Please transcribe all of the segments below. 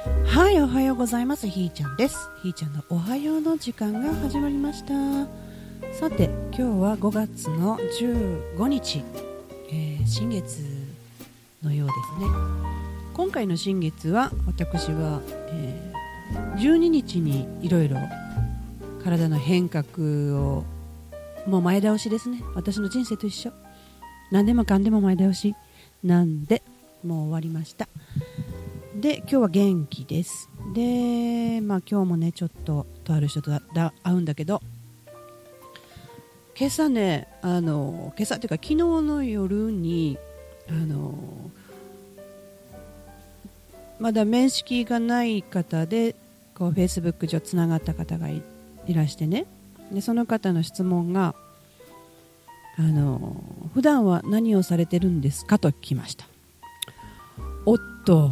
はい、おはようございます。ひーちゃんです。ひーちゃんのおはようの時間が始まりました。さて、今日は5月の15日、新月のようですね。今回の新月は私は、12日にいろいろ体の変革をもう前倒しですね。私の人生と一緒。何でもかんでも前倒しなんでもう終わりました。で、今日は元気です。で、今日もねちょっとある人と会うんだけど、今朝ね、今朝っていうか昨日の夜にまだ面識がない方でこう Facebook 上つながった方が いらしてね。でその方の質問が普段は何をされてるんですかと聞きました。おっと、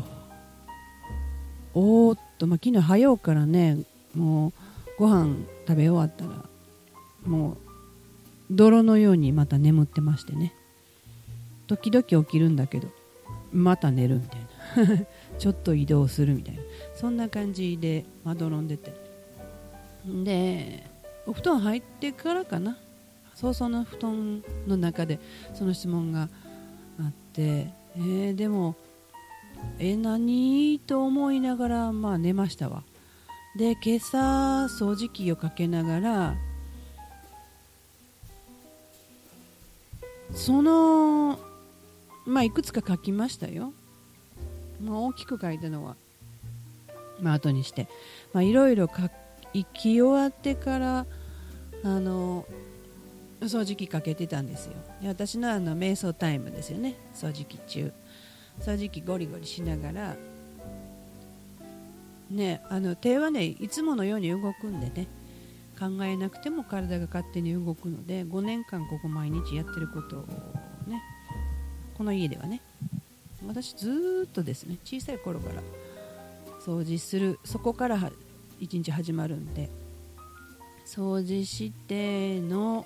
昨日早うからね、もうご飯食べ終わったらもう泥のようにまた眠ってましてね。時々起きるんだけどまた寝るみたいなちょっと移動するみたいな、そんな感じでまどろんでて、でお布団入ってからかな、早々の布団の中でその質問があって、でも何と思いながら寝ましたわ。で今朝掃除機をかけながらいくつか書きましたよ。大きく書いたのは後にして、いろいろ書き終わってから掃除機かけてたんですよ。で私の瞑想タイムですよね。掃除機中掃除機ゴリゴリしながらね、手はねいつものように動くんでね、考えなくても体が勝手に動くので、5年間ここ毎日やってることをね、この家ではね、私ずっとですね、小さい頃から掃除する、そこから一日始まるんで、掃除しての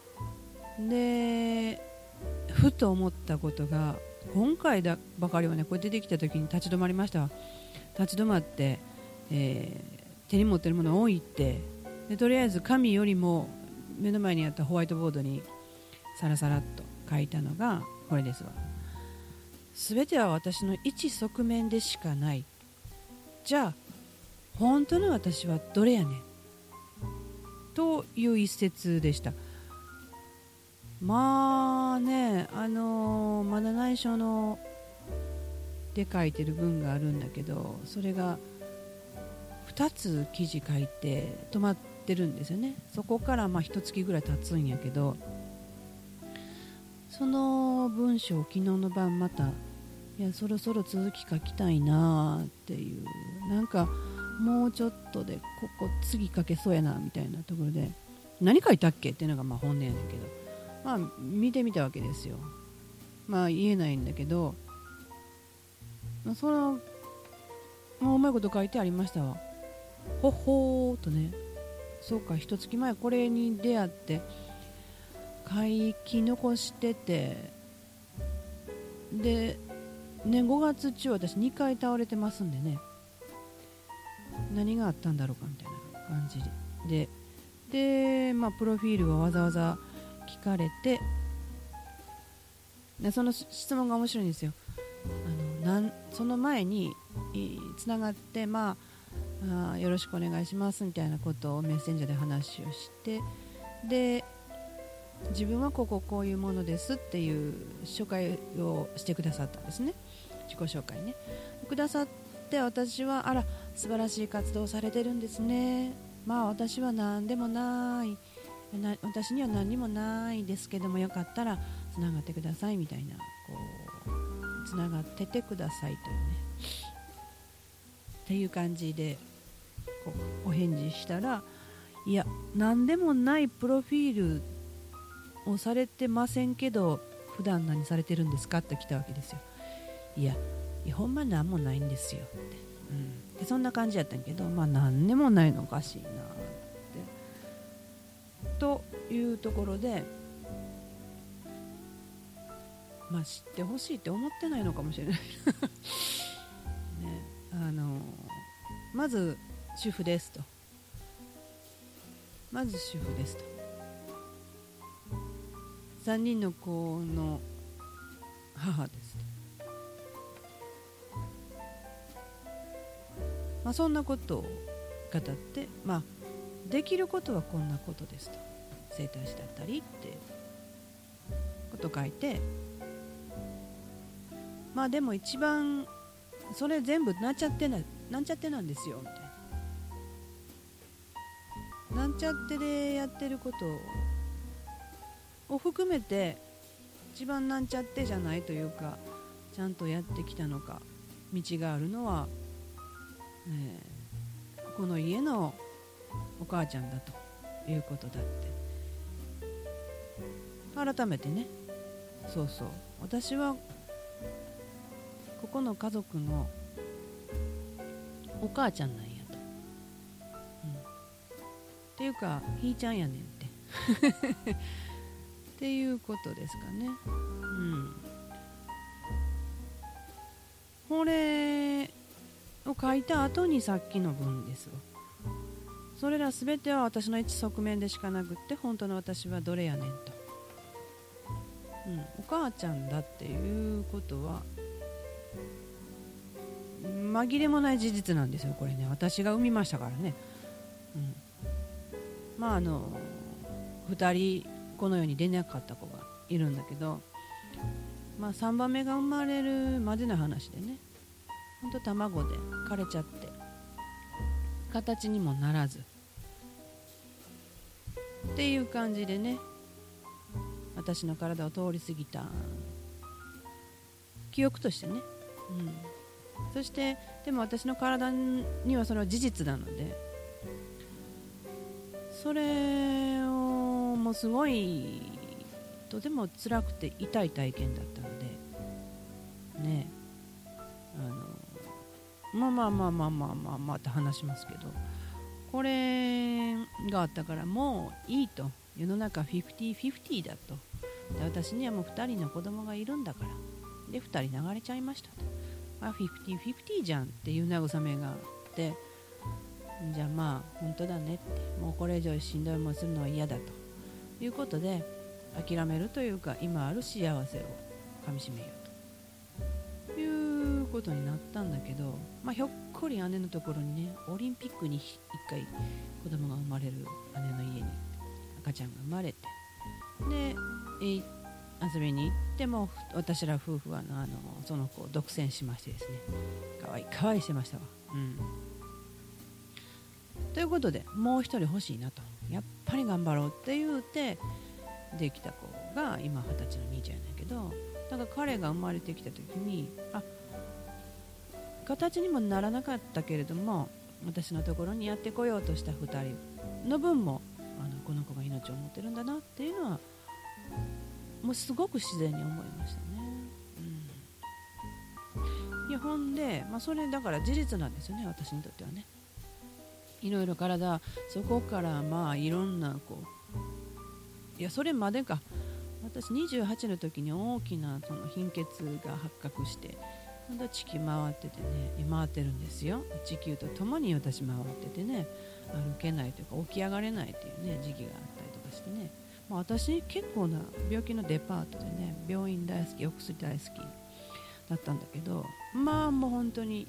でふと思ったことが、今回だばかりはね、これ出てきた時に立ち止まりましたわ。立ち止まって、手に持ってるものを置いて、でとりあえず紙よりも目の前にあったホワイトボードにサラサラっと書いたのがこれですわ。すべては私の一側面でしかない。じゃあ本当の私はどれやねんという一節でした。まだ内緒ので書いてる文があるんだけど、それが2つ記事書いて止まってるんですよね。そこから1月ぐらい経つんやけど、その文章を昨日の晩またそろそろ続き書きたいなっていう、なんかもうちょっとでここ次書けそうやなみたいなところで、何書いたっけっていうのが本音やねんけど、見てみたわけですよ。言えないんだけど、もううまいこと書いてありましたわ。ほほーとね、そうか、1月前これに出会って書き残してて、でね、5月中私2回倒れてますんでね、何があったんだろうかみたいな感じで、プロフィールをわざわざ聞かれて、でその質問が面白いんですよ。その前につながって、よろしくお願いしますみたいなことをメッセンジャーで話をして、で自分はこういうものですっていう紹介をしてくださったんですね。自己紹介ねくださって、私は素晴らしい活動をされてるんですね、私は何でもない私には何にもないですけども、よかったらつながってくださいみたいな、つながっててくださいというねっていう感じでお返事したら、いや何でもないプロフィールをされてませんけど普段何されてるんですかって来たわけですよ。いやほんま何もないんですよって、でそんな感じやったんやけど、何でもないのおかしいなってというところで、知ってほしいって思ってないのかもしれないね。 まず主婦ですと、まず主婦ですと、3人の子の母ですと、そんなことを語って、できることはこんなことですと、整体師だったりってことを書いて、でも一番それ全部なんちゃってなんですよみたいな、なんちゃってでやってることを含めて一番なんちゃってじゃないというか、ちゃんとやってきたのか道があるのは、この家のお母ちゃんだということだって改めてね、私はここの家族のお母ちゃんなんやと、っていうかひいちゃんやねんってっていうことですかね。これを書いた後にさっきの文ですわ。それらすべては私の一側面でしかなくって、本当の私はどれやねんと、お母ちゃんだっていうことは紛れもない事実なんですよ。これね、私が産みましたからね。2人この世に出なかった子がいるんだけど、3番目が生まれるまでの話でね、ほんと卵で枯れちゃって形にもならずっていう感じでね、私の体を通り過ぎた記憶としてね、そしてでも私の体にはそれは事実なので、それをもうすごいとても辛くて痛い体験だったのでね、って話しますけど、これがあったからもういいと、世の中50-50だと、で私にはもう2人の子供がいるんだから、で2人流れちゃいましたと、50-50じゃんっていう慰めがあって、じゃあ本当だねって、もうこれ以上しんどい思いするのは嫌だということで諦めるというか、今ある幸せをかみしめようということになったんだけど、ひょっこり姉のところにね、オリンピックに1回子供が生まれる姉の家に赤ちゃんが生まれて、で、遊びに行っても私ら夫婦はその子を独占しましてですね、かわいしてましたわ。ということでもう一人欲しいなと、やっぱり頑張ろうって言うてできた子が今20歳の兄ちゃんやねんけど、だから彼が生まれてきた時に形にもならなかったけれども、私のところにやってこようとした2人の分もこの子が命を持ってるんだなっていうのはもうすごく自然に思いましたね。いやほんで、それだから事実なんですよね、私にとってはね。いろいろ体、そこからいろんなそれまでか、私28の時に大きなその貧血が発覚して、まだ地球回っててね、回ってるんですよ。地球とともに私回っててね、歩けないというか起き上がれないというね時期があったりとかしてね、私結構な病気のデパートでね、病院大好き、お薬大好きだったんだけど、もう本当に、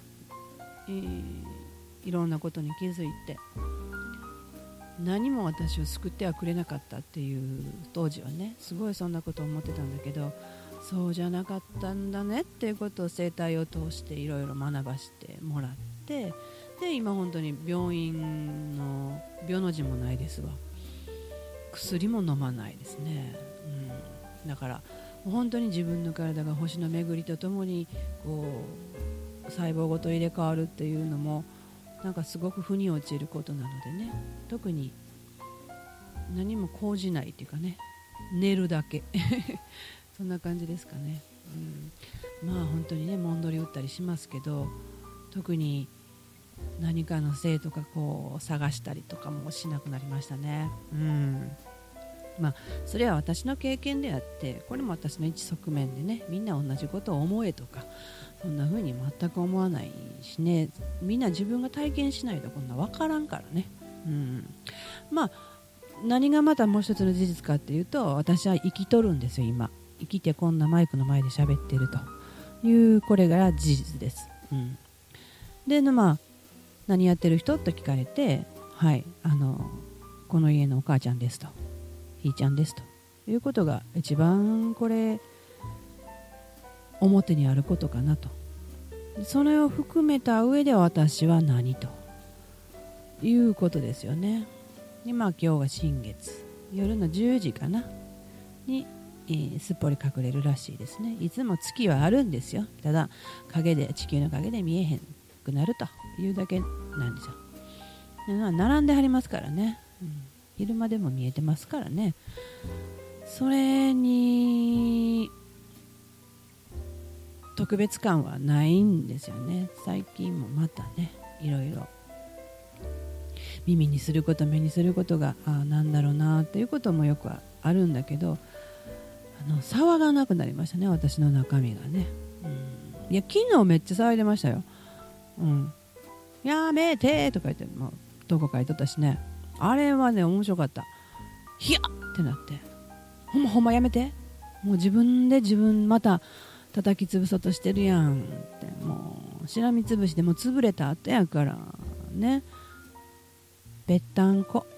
いろんなことに気づいて、何も私を救ってはくれなかったっていう当時はね、すごいそんなことを思ってたんだけど、そうじゃなかったんだねっていうことを整体を通していろいろ学ばしてもらって、で今本当に病院の病の字もないですわ、薬も飲まないですね。だから本当に自分の体が星の巡りとともに細胞ごと入れ替わるっていうのもなんかすごく腑に落ちることなのでね、特に何も講じないっていうかね、寝るだけそんな感じですかね。本当にね、もんどり打ったりしますけど、特に何かのせいとか探したりとかもしなくなりましたね。 それは私の経験であって、これも私の一側面でね、みんな同じことを思えとかそんな風に全く思わないしね、みんな自分が体験しないとこんな分からんからね。何がまたもう一つの事実かっていうと、私は生きとるんですよ。今生きてこんなマイクの前で喋ってるという、これが事実です。で何やってる人と聞かれて、この家のお母ちゃんですと、ひーちゃんですということが一番これ表にあることかなと。それを含めた上で私は何ということですよね。で今日が新月、夜の10時かなに、すっぽり隠れるらしいですね。いつも月はあるんですよ。ただ地球の影で見えへんくなるというだけなんですよ。並んではりますからね、昼間でも見えてますからね。それに特別感はないんですよね。最近もまたね、いろいろ耳にすること目にすることがなんだろうなっていうこともよくあるんだけど、騒がなくなりましたね、私の中身がね。いや昨日めっちゃ騒いでましたよ。やめてとか言ってどこか書いとったしね。あれはね面白かった。ひやってなって、ほんまやめて、もう自分また叩き潰そうとしてるやんって、もうしらみつぶしでもう潰れた後やからね。ぺったんこ、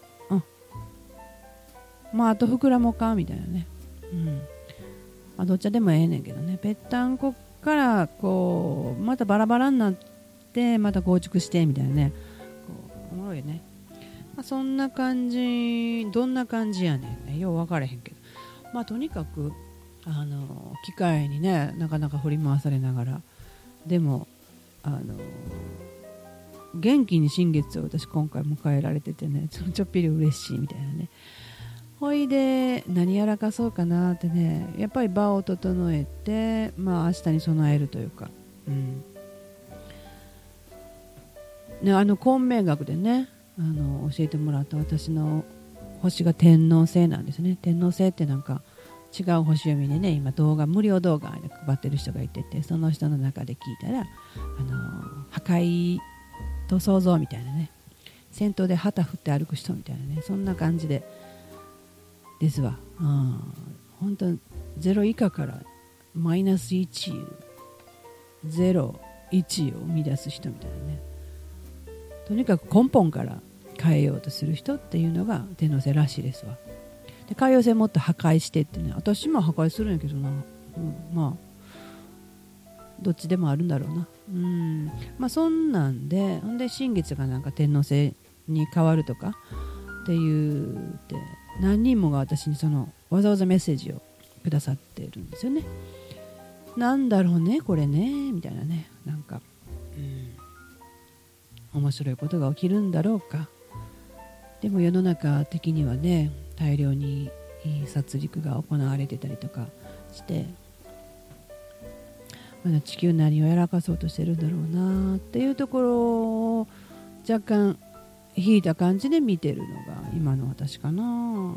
あと膨らもうかみたいなね。どっちでもええねんけどね、ぺったんこからこうまたバラバラになってまた構築してみたいなね、おもろいよね。そんな感じ、どんな感じやねんね、よう分からへんけど、とにかく機械にねなかなか振り回されながら、でも元気に新月を私今回迎えられててね、ちょっぴり嬉しいみたいなね。ほいで何やらかそうかなってね、やっぱり場を整えて、明日に備えるというか、根名学でね教えてもらった私の星が天王星なんですね。天王星ってなんか違う星読みでね、今無料動画で配ってる人がいてて、その人の中で聞いたら破壊と創造みたいなね、先頭で旗振って歩く人みたいなね、そんな感じですわ。本当0以下からマイナス1、0、1を生み出す人みたいなね、とにかく根本から変えようとする人っていうのが天王星らしいですわ。で海洋星もっと破壊してってね、私も破壊するんやけどな、どっちでもあるんだろうな。そんなんで、新月がなんか天王星に変わるとかっていうって何人もが私にわざわざメッセージをくださってるんですよね。なんだろうねこれねみたいなね、なんか面白いことが起きるんだろうか。でも世の中的にはね、大量に殺戮が行われてたりとかして、まだ地球何をやらかそうとしてるんだろうなっていうところを若干引いた感じで見てるのが今の私かな。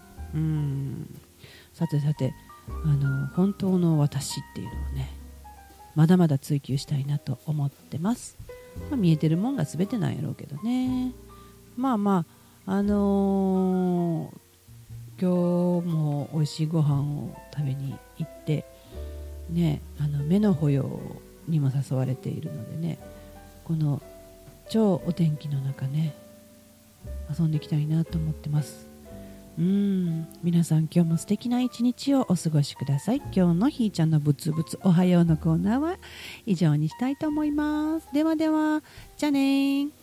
さて本当の私っていうのをね、まだまだ追求したいなと思ってます。見えてるもんが全てなんやろうけどね。今日も美味しいご飯を食べに行ってね、目の保養にも誘われているのでね、この超お天気の中ね遊んでいきたいなと思ってます。皆さん今日も素敵な一日をお過ごしください。今日のひーちゃんのぶつぶつおはようのコーナーは以上にしたいと思います。ではでは、じゃあねー。